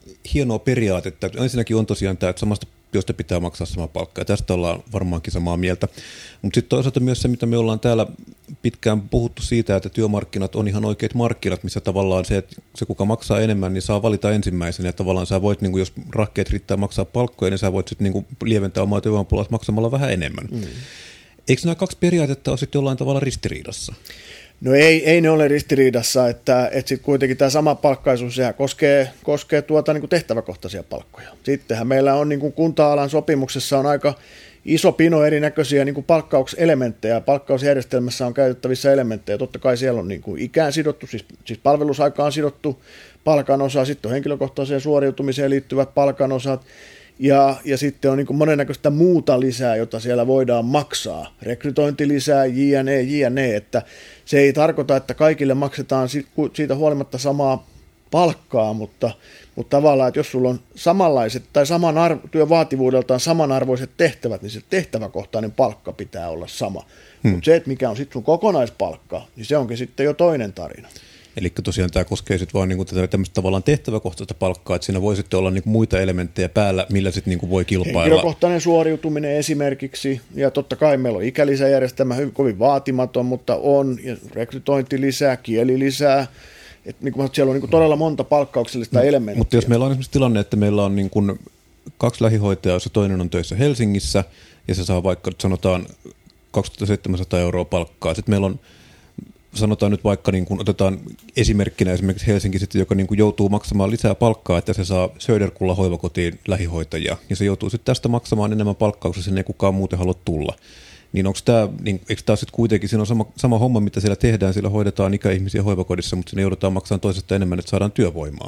S3: hienoa periaatetta. Ensinnäkin on tosiaan tämä, että samasta työstä pitää maksaa sama palkka, ja tästä ollaan varmaankin samaa mieltä. Mutta sitten toisaalta myös se, mitä me ollaan täällä pitkään puhuttu siitä, että työmarkkinat on ihan oikeat markkinat, missä tavallaan se, että se kuka maksaa enemmän, niin saa valita ensimmäisenä. Ja tavallaan sä voit, niin kun jos rahkeet riittää maksaa palkkoja, niin sä voit sitten niin lieventää omaa työvoimapulaa maksamalla vähän enemmän. Mm. Eikö nämä kaksi periaatetta ole sitten jollain tavalla ristiriidassa?
S2: No ei, ei ne ole ristiriidassa, että, että sitten kuitenkin tämä sama palkkaisuus sehän koskee, koskee tuota niin kuin tehtäväkohtaisia palkkoja. Sittenhän meillä on niin kuin kunta-alan sopimuksessa on aika iso pino erinäköisiä niin kuin palkkauselementtejä. Palkkausjärjestelmässä on käytettävissä elementtejä. Totta kai siellä on niin kuin ikään sidottu, siis, siis palvelusaikaan sidottu palkanosa, sitten on henkilökohtaiseen suoriutumiseen liittyvät palkanosat. Ja, ja sitten on niin kuin monennäköistä muuta lisää, jota siellä voidaan maksaa. Rekrytointilisää, jne, jne. Että se ei tarkoita, että kaikille maksetaan siitä huolimatta samaa palkkaa, mutta, mutta tavallaan, että jos sulla on samanlaiset tai saman arvo, työvaativuudeltaan samanarvoiset tehtävät, niin se tehtäväkohtainen palkka pitää olla sama. Hmm. Mutta se, että mikä on sitten sun kokonaispalkka, niin se onkin sitten jo toinen tarina.
S3: Eli tosiaan tämä koskee sitten vaan niinku tätä tämmöistä tavallaan tehtäväkohtaista palkkaa, että siinä voi sitten olla niinku muita elementtejä päällä, millä sitten niinku voi kilpailla.
S2: Henkilökohtainen suoriutuminen esimerkiksi, ja totta kai meillä on ikälisäjärjestelmä hyvin kovin vaatimaton, mutta on, ja rekrytointilisää, kielilisää, että niinku, siellä on niinku todella monta palkkauksellista no, elementtiä.
S3: Mutta jos meillä on esimerkiksi tilanne, että meillä on niinku kaksi lähihoitajaa, jossa toinen on töissä Helsingissä, ja se saa vaikka sanotaan kaksituhattaseitsemänsataa euroa palkkaa, sitten meillä on sanotaan nyt vaikka, niin kun otetaan esimerkkinä esimerkiksi Helsinki, sitten, joka niin kun joutuu maksamaan lisää palkkaa, että se saa Söderkulla hoivakotiin lähihoitajia, ja se joutuu sitten tästä maksamaan enemmän palkkaa, koska sen ei kukaan muuten halua tulla. Niin onko tämä, niin, eikö tämä sitten kuitenkin, siinä on sama, sama homma, mitä siellä tehdään, siellä hoidetaan ikäihmisiä hoivakodissa, mutta siinä joudutaan maksamaan toisesta enemmän, että saadaan työvoimaa.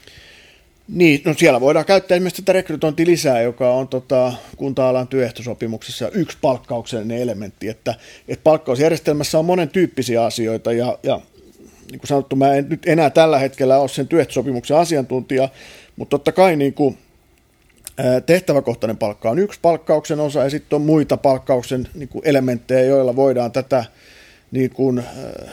S2: Niin, no siellä voidaan käyttää esimerkiksi tätä rekrytointilisää, joka on tota, kunta-alan työehtosopimuksessa yksi palkkauksellinen elementti, että, että palkkausjärjestelmässä on monen tyyppisiä asioita, ja, ja niin kuin sanottu, mä en nyt enää tällä hetkellä ole sen työehtosopimuksen asiantuntija, mutta totta kai niin kuin, ää, tehtäväkohtainen palkka on yksi palkkauksen osa, ja sitten on muita palkkauksen niin kuin elementtejä, joilla voidaan tätä niin kuin, ää,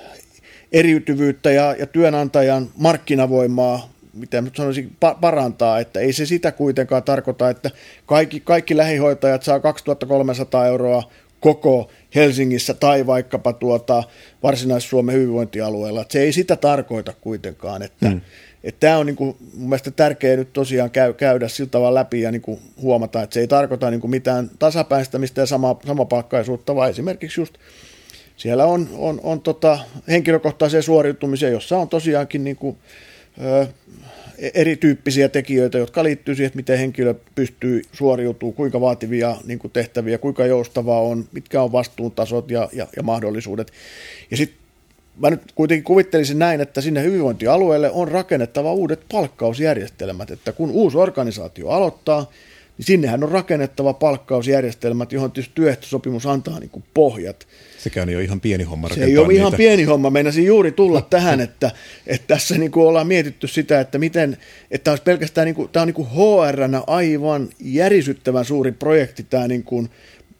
S2: eriytyvyyttä ja, ja työnantajan markkinavoimaa, mitä nyt sanoisin, parantaa, että ei se sitä kuitenkaan tarkoita, että kaikki, kaikki lähihoitajat saa kaksituhattakolmesataa euroa koko Helsingissä tai vaikkapa tuota Varsinais-Suomen hyvinvointialueella. Että se ei sitä tarkoita kuitenkaan, että hmm. että tämä on niin kuin, mun mielestä tärkeää nyt tosiaan käy, käydä sillä tavalla läpi ja niin kuin huomata, että se ei tarkoita niin kuin mitään tasapäistämistä ja sama, samapalkkaisuutta, vaan esimerkiksi just siellä on, on, on tota henkilökohtaiseen suoriutumiseen, jossa on tosiaankin niin kuin, ö, erityyppisiä tekijöitä, jotka liittyy siihen, että miten henkilö pystyy suoriutumaan, kuinka vaativia niin kuin tehtäviä, kuinka joustavaa on, mitkä on vastuuntasot ja, ja, ja mahdollisuudet. Ja sitten mä nyt kuitenkin kuvittelisin näin, että sinne hyvinvointialueelle on rakennettava uudet palkkausjärjestelmät, että kun uusi organisaatio aloittaa, niin sinnehän on rakennettava palkkausjärjestelmät, johon tietysti työehtosopimus antaa niin kuin pohjat.
S3: Sekään ei ole ihan pieni homma
S2: rakentaa. Se ei ole niitä. Ihan pieni homma. Meinasin juuri tulla tähän, että, että tässä niin kuin ollaan mietitty sitä, että miten, että olisi pelkästään, niin kuin, tämä on niin kuin H R:nä aivan järisyttävän suuri projekti, tämä niin kuin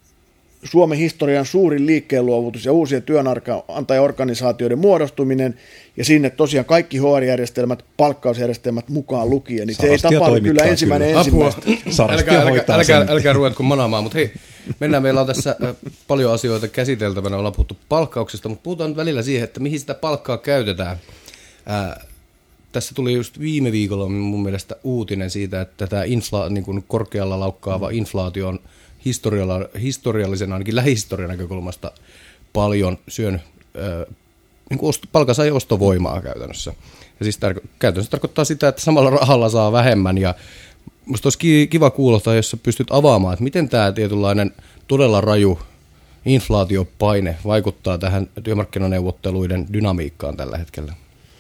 S2: Suomen historian suurin liikkeenluovutus ja uusien työnantajaorganisaatioiden muodostuminen, ja sinne tosiaan kaikki H R-järjestelmät, palkkausjärjestelmät mukaan lukien, niin se ei tapahdu kyllä ensimmäinen
S4: kyllä.
S2: ensimmäistä.
S4: Älkää, älkää, älkää, älkää ruvetko manaamaan, mutta hei, mennään, meillä on tässä paljon asioita käsiteltävänä, ollaan puhuttu palkkauksesta, mutta puhutaan nyt välillä siihen, että mihin sitä palkkaa käytetään. Ää, tässä tuli just viime viikolla mun mielestä uutinen siitä, että tämä infla, niin kuin korkealla laukkaava inflaatio on historiallisen, ainakin lähihistorian näkökulmasta paljon syön äh, niin kuin osto, palkansaajan ostovoimaa käytännössä. Ja siis tar- käytännössä tarkoittaa sitä, että samalla rahalla saa vähemmän, ja musta olisi kiva kuulla, jos sä pystyt avaamaan, että miten tämä tietynlainen todella raju inflaatiopaine vaikuttaa tähän työmarkkinaneuvotteluiden dynamiikkaan tällä hetkellä.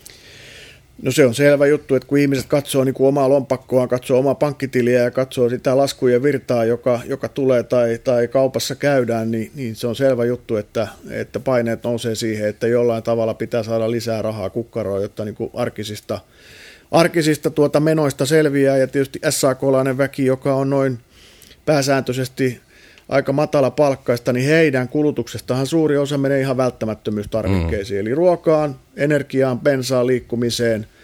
S2: No se on selvä juttu, että kun ihmiset katsoo niin kuin omaa lompakkoaan, katsoo omaa pankkitiliä ja katsoo sitä laskujen virtaa, joka, joka tulee tai, tai kaupassa käydään, niin, niin se on selvä juttu, että, että paineet nousee siihen, että jollain tavalla pitää saada lisää rahaa kukkaroon, jotta niin kuin arkisista, arkisista tuota menoista selviää. Ja tietysti S A K-lainen väki, joka on noin pääsääntöisesti aika matala palkkaista, niin heidän kulutuksestahan suuri osa menee ihan välttämättömyystarvikkeisiin, mm. eli ruokaan, energiaan, bensaan, liikkumiseen,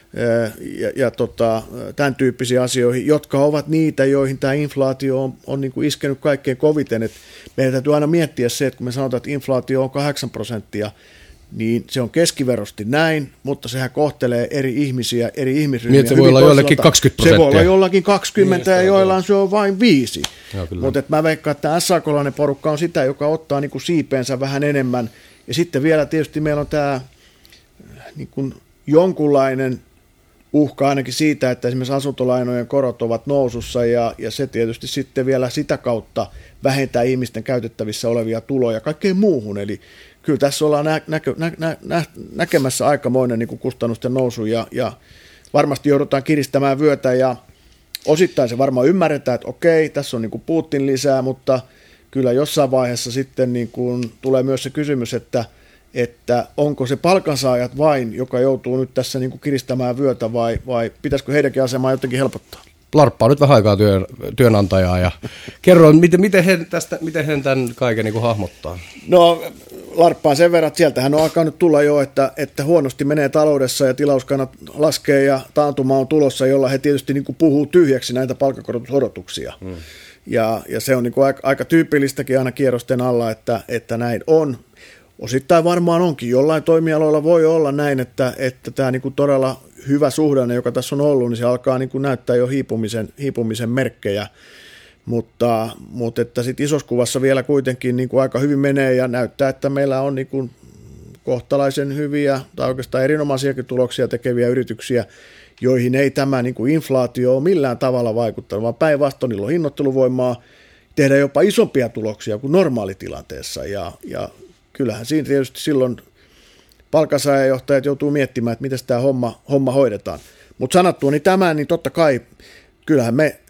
S2: ja, ja tota, tämän tyyppisiin asioihin, jotka ovat niitä, joihin tämä inflaatio on, on niin kuin iskenyt kaikkein koviten. Et meidän täytyy aina miettiä se, että kun me sanotaan, että inflaatio on kahdeksan prosenttia, niin se on keskiverosti näin, mutta sehän kohtelee eri ihmisiä, eri ihmisryhmiä.
S4: Niin, se voi olla joillekin kaksikymmentä prosenttia.
S2: Se voi olla jollakin kaksikymmentä niin, ja joillain se on vain viisi. Mutta mä veikkaan, että tämä S A K-lainen porukka on sitä, joka ottaa niin kuin siipeensä vähän enemmän. Ja sitten vielä tietysti meillä on tämä niin kuin jonkunlainen uhka ainakin siitä, että esimerkiksi asuntolainojen korot ovat nousussa ja, ja se tietysti sitten vielä sitä kautta vähentää ihmisten käytettävissä olevia tuloja kaikkeen muuhun. Eli kyllä tässä ollaan nä- näkö- nä- nä- nä- näkemässä aikamoinen niin kuin kustannusten nousu ja, ja varmasti joudutaan kiristämään vyötä ja osittain se varmaan ymmärretään, että okei, tässä on niin kuin Putin lisää, mutta kyllä jossain vaiheessa sitten niin kuin tulee myös se kysymys, että että onko se palkansaajat vain, joka joutuu nyt tässä niin kuin kiristämään vyötä vai, vai pitäisikö heidänkin asemaa jotenkin helpottaa?
S4: Larppaa nyt vähän aikaa työn, työnantajaa ja kerro, miten, miten, he tästä, miten he tämän kaiken niin kuin hahmottaa?
S2: No larppaan sen verran, että sieltähän on alkanut tulla jo, että, että huonosti menee taloudessa ja tilauskannat laskee ja taantuma on tulossa, jolla he tietysti niin kuin puhuu tyhjäksi näitä palkankorotusodotuksia. Hmm. Ja, ja se on niin kuin aika, aika tyypillistäkin aina kierrosten alla, että, että näin on. Osittain varmaan onkin. Jollain toimialoilla voi olla näin, että, että tämä niin kuin todella hyvä suhdanne, joka tässä on ollut, niin se alkaa niin kuin näyttää jo hiipumisen, hiipumisen merkkejä. Mutta, mutta että sit isossa kuvassa vielä kuitenkin niin kuin aika hyvin menee ja näyttää, että meillä on niin kuin kohtalaisen hyviä tai oikeastaan erinomaisiakin tuloksia tekeviä yrityksiä, joihin ei tämä niin kuin inflaatio ole millään tavalla vaikuttanut, vaan päinvastoin niillä on hinnoitteluvoimaa tehdä jopa isompia tuloksia kuin normaalitilanteessa ja, ja kyllähän siinä tietysti silloin palkansaajajohtajat joutuu miettimään, että miten tämä homma, homma hoidetaan. Mutta sanottua niin tämän, niin totta kai kyllähän me,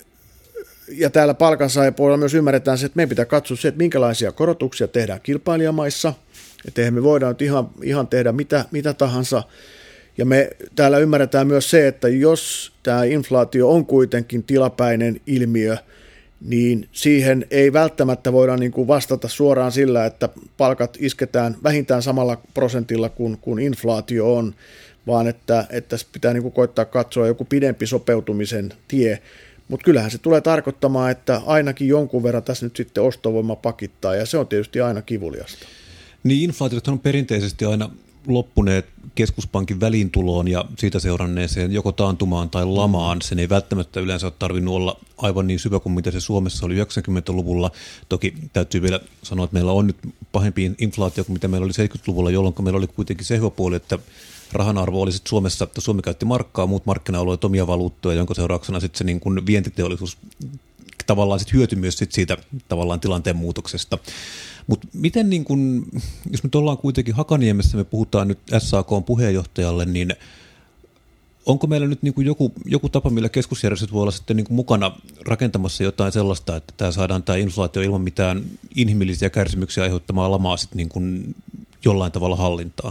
S2: ja täällä palkansaajapuolella myös ymmärretään se, että meidän pitää katsoa se, että minkälaisia korotuksia tehdään kilpailijamaissa, että eihän me voidaan nyt ihan, ihan tehdä mitä, mitä tahansa. Ja me täällä ymmärretään myös se, että jos tämä inflaatio on kuitenkin tilapäinen ilmiö, niin siihen ei välttämättä voida niin kuin vastata suoraan sillä, että palkat isketään vähintään samalla prosentilla kuin, kuin inflaatio on, vaan että, että pitää niin kuin koittaa katsoa joku pidempi sopeutumisen tie. Mutta kyllähän se tulee tarkoittamaan, että ainakin jonkun verran tässä nyt sitten ostovoima pakittaa, ja se on tietysti aina kivuliasta.
S3: Niin, inflaatiot on perinteisesti aina loppuneet keskuspankin väliintuloon ja siitä seuranneeseen joko taantumaan tai lamaan. Sen ei välttämättä yleensä ole tarvinnut olla aivan niin syvä kuin mitä se Suomessa oli yhdeksänkymmentäluvulla. Toki täytyy vielä sanoa, että meillä on nyt pahempi inflaatio kuin mitä meillä oli seitsemänkymmentäluvulla, jolloin meillä oli kuitenkin se hyvä puoli, että rahan arvo oli sitten Suomessa, että Suomi käytti markkaa, muut markkina-alueet omia valuuttoja, jonka seurauksena sitten se niin kuin vientiteollisuus tavallaan sit hyötyi myös sit siitä tavallaan tilanteen muutoksesta. Mutta miten, niin kun, jos nyt ollaan kuitenkin Hakaniemessä, me puhutaan nyt S A K:n puheenjohtajalle, niin onko meillä nyt niin kuin joku, joku tapa, millä keskusjärjestöt voi olla sitten niin kuin mukana rakentamassa jotain sellaista, että tämä saadaan tämä inflaatio ilman mitään inhimillisiä kärsimyksiä aiheuttamaan lamaa sitten niin kuin jollain tavalla hallintaa?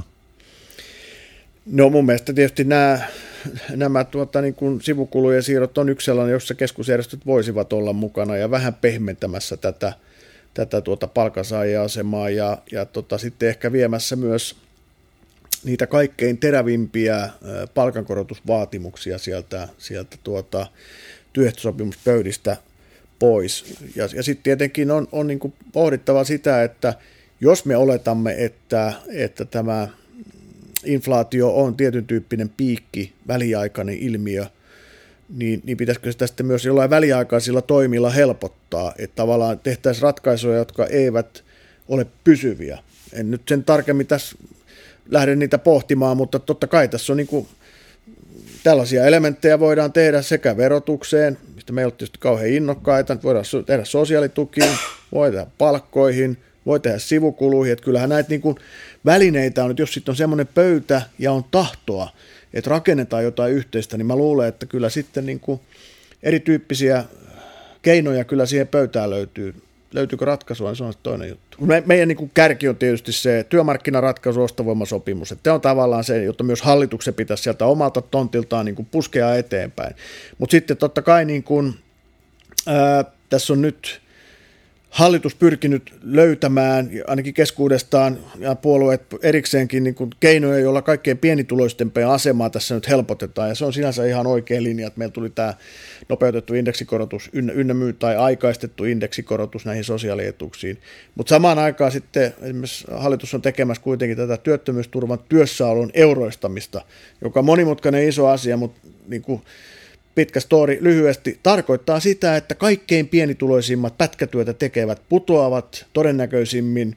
S2: No mun mielestä tietysti nämä, nämä tuota, niin kuin sivukulujen siirrot on yksi sellainen, jossa keskusjärjestöt voisivat olla mukana ja vähän pehmentämässä tätä, tätä tuota palkansaajia-asemaa ja, ja tota, sitten ehkä viemässä myös niitä kaikkein terävimpiä palkankorotusvaatimuksia sieltä, sieltä tuota, työehtosopimuspöydistä pois. Ja, ja sitten tietenkin on, on niin kuin pohdittava sitä, että jos me oletamme, että, että tämä inflaatio on tietyn tyyppinen piikki, väliaikainen ilmiö, niin, niin pitäisikö sitä sitten myös jollain väliaikaisilla toimilla helpottaa, että tavallaan tehtäisiin ratkaisuja, jotka eivät ole pysyviä. En nyt sen tarkemmin tässä lähde niitä pohtimaan, mutta totta kai tässä on niin kuin tällaisia elementtejä voidaan tehdä sekä verotukseen, mistä me ei ole tietysti kauhean innokkaita, voidaan tehdä sosiaalitukiin, voi tehdä palkkoihin, voi tehdä sivukuluihin, että kyllähän näitä niin kuin välineitä on, että jos sitten on semmoinen pöytä ja on tahtoa, että rakennetaan jotain yhteistä, niin mä luulen, että kyllä sitten niin kuin erityyppisiä keinoja kyllä siihen pöytään löytyy. Löytyykö ratkaisua, niin se on toinen juttu. Me, meidän niin kuin kärki on tietysti se työmarkkinaratkaisu, ostovoimasopimus, että on tavallaan se, jotta myös hallituksen pitäisi sieltä omalta tontiltaan niin kuin puskea eteenpäin. Mutta sitten totta kai niin kuin, ää, tässä on nyt hallitus pyrkinyt löytämään, ainakin keskuudestaan ja puolueet erikseenkin, niin kuin keinoja, joilla kaikkein pienituloistempien asemaa tässä nyt helpotetaan. Ja se on sinänsä ihan oikea linja, että meillä tuli tämä nopeutettu indeksikorotus ynnä, ynnä myy, tai aikaistettu indeksikorotus näihin sosiaalietuuksiin. Mutta samaan aikaan sitten esimerkiksi hallitus on tekemässä kuitenkin tätä työttömyysturvan työssäolon euroistamista, joka on monimutkainen iso asia, mutta niin kuin pitkä story lyhyesti tarkoittaa sitä, että kaikkein pienituloisimmat pätkätyötä tekevät putoavat todennäköisimmin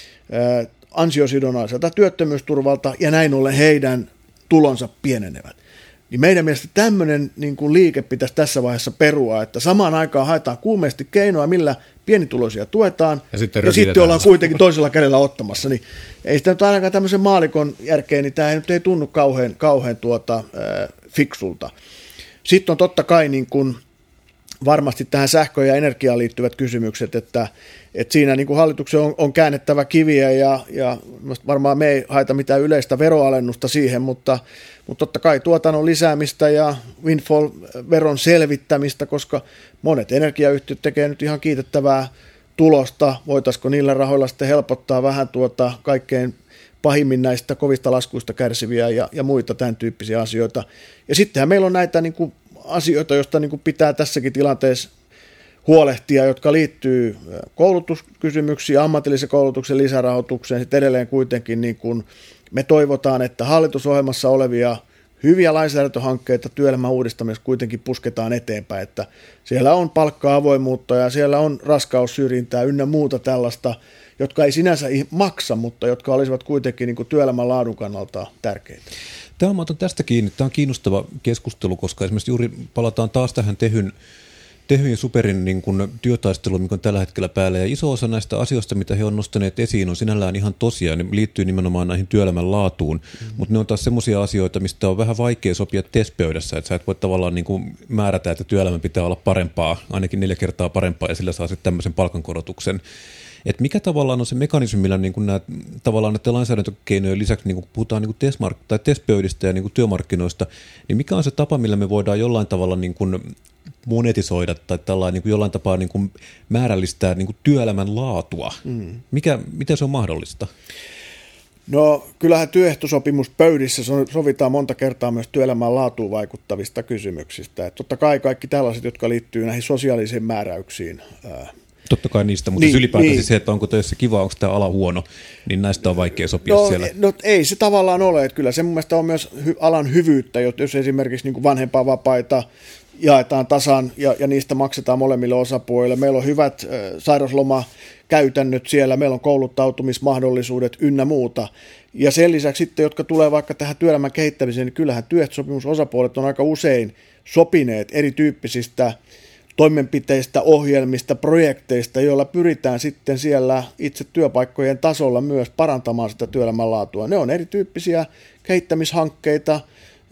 S2: ää, ansiosidonnaiselta työttömyysturvalta ja näin ollen heidän tulonsa pienenevät. Niin meidän mielestä tämmöinen niin kuin liike pitäisi tässä vaiheessa perua, että samaan aikaan haetaan kuumeesti keinoa, millä pienituloisia tuetaan, ja sitten, ja sitten ollaan kuitenkin toisella kädellä ottamassa. Niin ei sitä nyt ainakaan tämmöisen maalikon järkeen, niin tämä ei nyt ei tunnu kauhean, kauhean tuota, ää, fiksulta. Sitten on totta kai niin kuin varmasti tähän sähköön ja energiaan liittyvät kysymykset, että, että siinä niin kuin hallituksen on, on käännettävä kiviä ja, ja varmaan me ei haeta mitään yleistä veroalennusta siihen, mutta, mutta totta kai tuotannon lisäämistä ja windfall-veron selvittämistä, koska monet energiayhtiöt tekevät nyt ihan kiitettävää tulosta. Voitaisiko niillä rahoilla sitten helpottaa vähän tuota kaikkein pahimmin näistä kovista laskuista kärsiviä ja, ja muita tämän tyyppisiä asioita. Ja sittenhän meillä on näitä niin kuin asioita, joista niin kuin pitää tässäkin tilanteessa huolehtia, jotka liittyy koulutuskysymyksiin, ammatillisen koulutuksen lisärahoitukseen. Sitten edelleen kuitenkin niin kuin me toivotaan, että hallitusohjelmassa olevia hyviä lainsäädäntöhankkeita työelämän uudistamisessa kuitenkin pusketaan eteenpäin, että siellä on palkka-avoimuutta ja siellä on raskaussyrjintää ynnä muuta tällaista, jotka ei sinänsä maksa, mutta jotka olisivat kuitenkin niin kuin työelämän laadun kannalta tärkeitä.
S3: Tämä on, tästä kiinni. Tämä on kiinnostava keskustelu, koska esimerkiksi juuri palataan taas tähän Tehyn, Tehyn ja Superin niin kuin työtaisteluun, mikä on tällä hetkellä päällä. Ja iso osa näistä asioista, mitä he on nostaneet esiin, on sinällään ihan tosiaan. Ne liittyy nimenomaan näihin työelämän laatuun, mm-hmm. mutta ne on taas semmoisia asioita, mistä on vähän vaikea sopia tespöydässä. Että sä et voi tavallaan niin kuin määrätä, että työelämän pitää olla parempaa, ainakin neljä kertaa parempaa, ja sillä saa sitten tämmöisen palkankorotuksen. Että mikä tavallaan on se mekanismi, millä niin kuin nämä, tavallaan näiden lainsäädäntökeinojen lisäksi niin kuin puhutaan niin kuin TESMark- tai TES-pöydistä ja niin kuin työmarkkinoista, niin mikä on se tapa, millä me voidaan jollain tavalla niin kuin monetisoida tai tällainen, niin kuin jollain tapaa niin kuin määrällistää niin kuin työelämän laatua? Mm. Mikä, miten se on mahdollista?
S2: No kyllähän työehtosopimuspöydissä sovitaan monta kertaa myös työelämän laatuun vaikuttavista kysymyksistä. Et totta kai kaikki tällaiset, jotka liittyy näihin sosiaalisiin määräyksiin,
S3: totta kai niistä, mutta niin, ylipäätään niin. Se, että onko töissä kiva, onko tämä ala huono, niin näistä on vaikea sopia
S2: no,
S3: siellä.
S2: No ei se tavallaan ole, että kyllä se mun mielestä on myös hy- alan hyvyyttä, jos esimerkiksi niin kuin vanhempainvapaita jaetaan tasan ja, ja niistä maksetaan molemmille osapuolille. Meillä on hyvät äh, sairauslomakäytännöt siellä, meillä on kouluttautumismahdollisuudet ynnä muuta. Ja sen lisäksi sitten, jotka tulee vaikka tähän työelämän kehittämiseen, niin kyllähän työehtosopimusosapuolet on aika usein sopineet erityyppisistä toimenpiteistä, ohjelmista, projekteista, joilla pyritään sitten siellä itse työpaikkojen tasolla myös parantamaan sitä työelämän laatua. Ne on erityyppisiä kehittämishankkeita,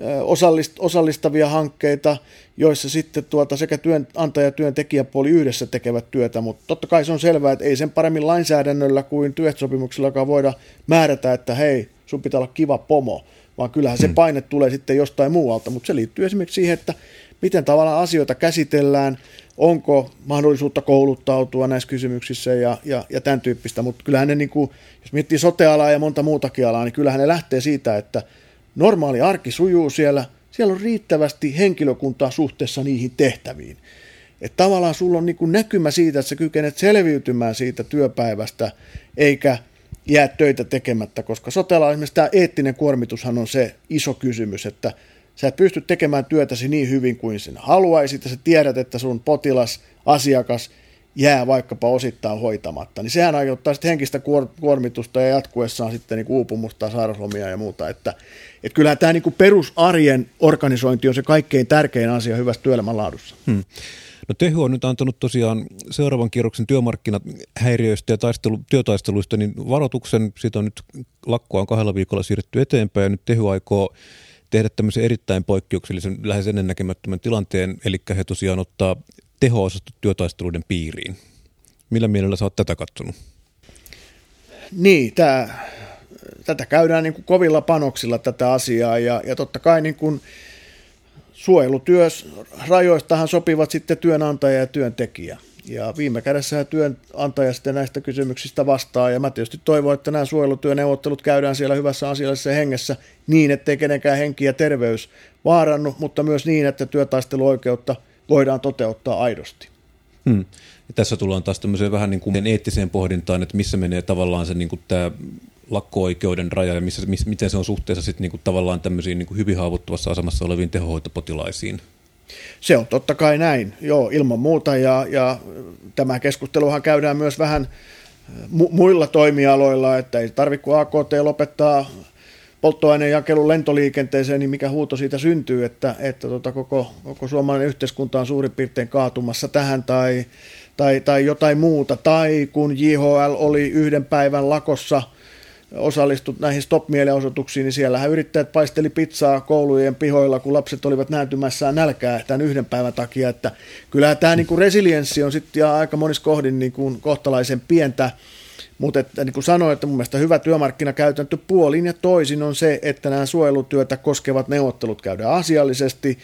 S2: osallistavia hankkeita, joissa sitten tuota sekä työnantaja- ja työntekijäpuoli yhdessä tekevät työtä, mutta totta kai se on selvää, että ei sen paremmin lainsäädännöllä kuin työehtosopimuksella, joka voida määrätä, että hei, sun pitää olla kiva pomo, vaan kyllähän se paine tulee sitten jostain muualta, mutta se liittyy esimerkiksi siihen, että miten tavallaan asioita käsitellään, onko mahdollisuutta kouluttautua näissä kysymyksissä ja, ja, ja tämän tyyppistä, mutta kyllähän ne, niin kuin, jos miettii sote-alaa ja monta muutakin alaa, niin kyllähän ne lähtee siitä, että normaali arki sujuu siellä, siellä on riittävästi henkilökuntaa suhteessa niihin tehtäviin. Että tavallaan sulla on niin kuin näkymä siitä, että sä kykenet selviytymään siitä työpäivästä, eikä jää töitä tekemättä, koska sote-alalla esimerkiksi tämä eettinen kuormitushan on se iso kysymys, että sä et pysty tekemään työtäsi niin hyvin kuin sinä haluaisit, ja sä tiedät, että sun potilas, asiakas jää vaikkapa osittain hoitamatta, niin sehän aiheuttaa sitten henkistä kuormitusta ja jatkuessaan sitten niin uupumusta, sairauslomia ja muuta, että, että kyllähän tämä niin kuin perusarjen organisointi on se kaikkein tärkein asia hyvässä työelämän laadussa. Hmm.
S3: No Tehy on nyt antanut tosiaan seuraavan kierroksen työmarkkinahäiriöistä ja taistelu, työtaisteluista, niin varoituksen, siitä on nyt lakkoa on kahdella viikolla siirretty eteenpäin, ja nyt Tehy aikoo tehdä tämmöisen erittäin poikkeuksellisen, lähes ennennäkemättömän tilanteen, eli he tosiaan ottaa teho-osastot työtaisteluiden piiriin. Millä mielellä sä oot tätä katsonut?
S2: Niin, tää, tätä käydään niin kuin kovilla panoksilla tätä asiaa, ja, ja totta kai niin kuin suojelutyös rajoistahan sopivat sitten työnantaja ja työntekijä. Ja viime kädessä työnantaja sitten näistä kysymyksistä vastaa, ja mä tietysti toivon, että nämä suojelutyöneuvottelut käydään siellä hyvässä asiallisessa hengessä niin, ettei kenenkään henki ja terveys vaarannu, mutta myös niin, että työtaisteluoikeutta voidaan toteuttaa aidosti.
S3: Hmm. Ja tässä tullaan taas tämmöiseen vähän niin kuin eettiseen pohdintaan, että missä menee tavallaan se niin kuin tämä lakko-oikeuden raja ja missä, miss, miten se on suhteessa sitten niin kuin tavallaan tämmöisiin niin kuin hyvin haavoittuvassa asemassa oleviin tehohoitopotilaisiin.
S2: Se on totta kai näin, joo, ilman muuta, ja, ja tämä keskusteluhan käydään myös vähän mu- muilla toimialoilla, että ei tarvitse kun A K T lopettaa polttoainejakelun lentoliikenteeseen, niin mikä huuto siitä syntyy, että, että tota koko, koko suomalainen yhteiskunta on suurin piirtein kaatumassa tähän tai, tai, tai jotain muuta, tai kun J H L oli yhden päivän lakossa osallistut näihin stop-mielenosoituksiin, niin siellähän yrittäjät paisteli pizzaa koulujen pihoilla, kun lapset olivat nääntymässään nälkää tämän yhden päivän takia, että kyllähän tämä niin kuin resilienssi on sitten ja aika monissa kohdin niin kuin kohtalaisen pientä, mutta että, niin kuin sanoin, että mun mielestä hyvä työmarkkinakäytäntö puolin ja toisin on se, että nämä suojelutyötä koskevat neuvottelut käydään asiallisesti,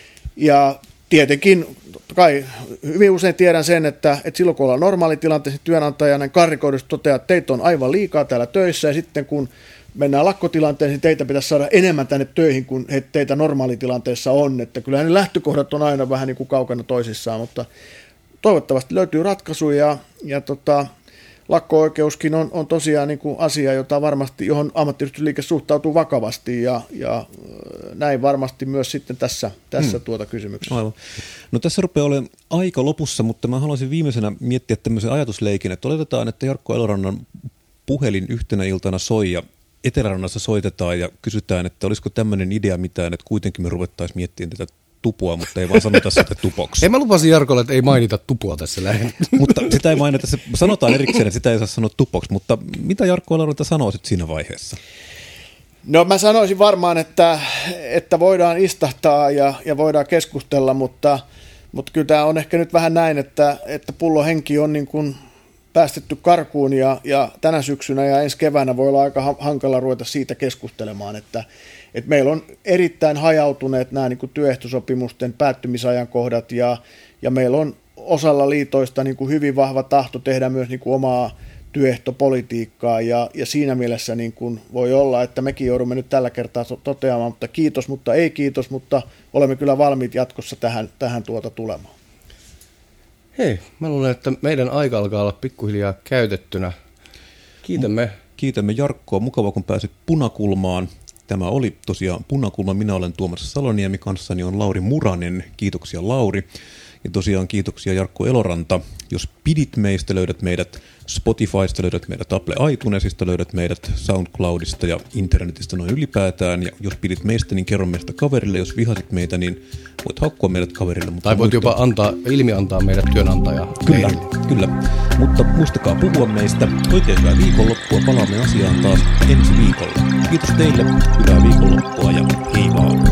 S2: ja tietenkin, totta kai hyvin usein tiedän sen, että, että silloin kun ollaan normaalitilanteessa, työnantajana karrikoidusti toteaa, että teitä on aivan liikaa täällä töissä, ja sitten kun mennään lakkotilanteeseen, niin teitä pitäisi saada enemmän tänne töihin kuin he, teitä normaalitilanteessa on, että kyllähän ne lähtökohdat on aina vähän niin kuin kaukana toisissaan, mutta toivottavasti löytyy ratkaisuja, ja, ja tota, lakko-oikeuskin on, on tosiaan niin kuin asia, jota varmasti, johon ammattiyhdistysliike suhtautuu vakavasti, ja, ja näin varmasti myös sitten tässä, tässä hmm. tuota kysymyksessä.
S3: Aivan. No tässä rupeaa olemaan aika lopussa, mutta mä haluaisin viimeisenä miettiä tämmöisen ajatusleikin, että oletetaan, että Jarkko Elorannan puhelin yhtenä iltana soi ja Etelärannassa soitetaan ja kysytään, että olisiko tämmöinen idea mitään, että kuitenkin me ruvettaisiin miettimään tätä tupua, mutta ei vaan sanota sitä tupoksi.
S4: Ei, mä lupasin Jarkolle, että ei mainita tupua tässä lähellä.
S3: Mutta sitä ei mainita, se sanotaan erikseen, että sitä ei saa sanoa tupoksi, mutta mitä Jarkko Eloranta sanoisit siinä vaiheessa?
S2: No mä sanoisin varmaan, että, että voidaan istahtaa ja, ja voidaan keskustella, mutta, mutta kyllä tämä on ehkä nyt vähän näin, että, että pullohenki on niin kuin päästetty karkuun ja, ja tänä syksynä ja ensi keväänä voi olla aika hankala ruveta siitä keskustelemaan, että, että meillä on erittäin hajautuneet nämä niin kuin työehtosopimusten päättymisajankohdat ja, ja meillä on osalla liitoista niin kuin hyvin vahva tahto tehdä myös niin kuin omaa työehtopolitiikkaa ja, ja siinä mielessä niin kuin voi olla, että mekin joudumme nyt tällä kertaa toteamaan, mutta kiitos, mutta ei kiitos, mutta olemme kyllä valmiit jatkossa tähän, tähän tuota tulemaan.
S4: Hei, mä luulen, että meidän aika alkaa olla pikkuhiljaa käytettynä. Kiitämme.
S3: Kiitämme Jarkkoa. Mukava, kun pääsit Punakulmaan. Tämä oli tosiaan Punakulma. Minä olen Tuomas Saloniemi, kanssani on Lauri Muranen. Kiitoksia Lauri. Ja tosiaan kiitoksia Jarkko Eloranta. Jos pidit meistä, löydät meidät Spotifysta, löydät meidät Apple iTunesista, löydät meidät SoundCloudista ja internetistä noin ylipäätään. Ja jos pidit meistä, niin kerro meistä kaverille. Jos vihasit meitä, niin voit haukkua meidät kaverille. Mutta
S4: tai voit muista... jopa antaa, ilmi antaa meidät työnantajaa.
S3: Kyllä, kyllä. Mutta muistakaa puhua meistä. Oikein hyvää viikonloppua. Palaamme asiaan taas ensi viikolla. Kiitos teille. Hyvää viikonloppua ja hei vaan.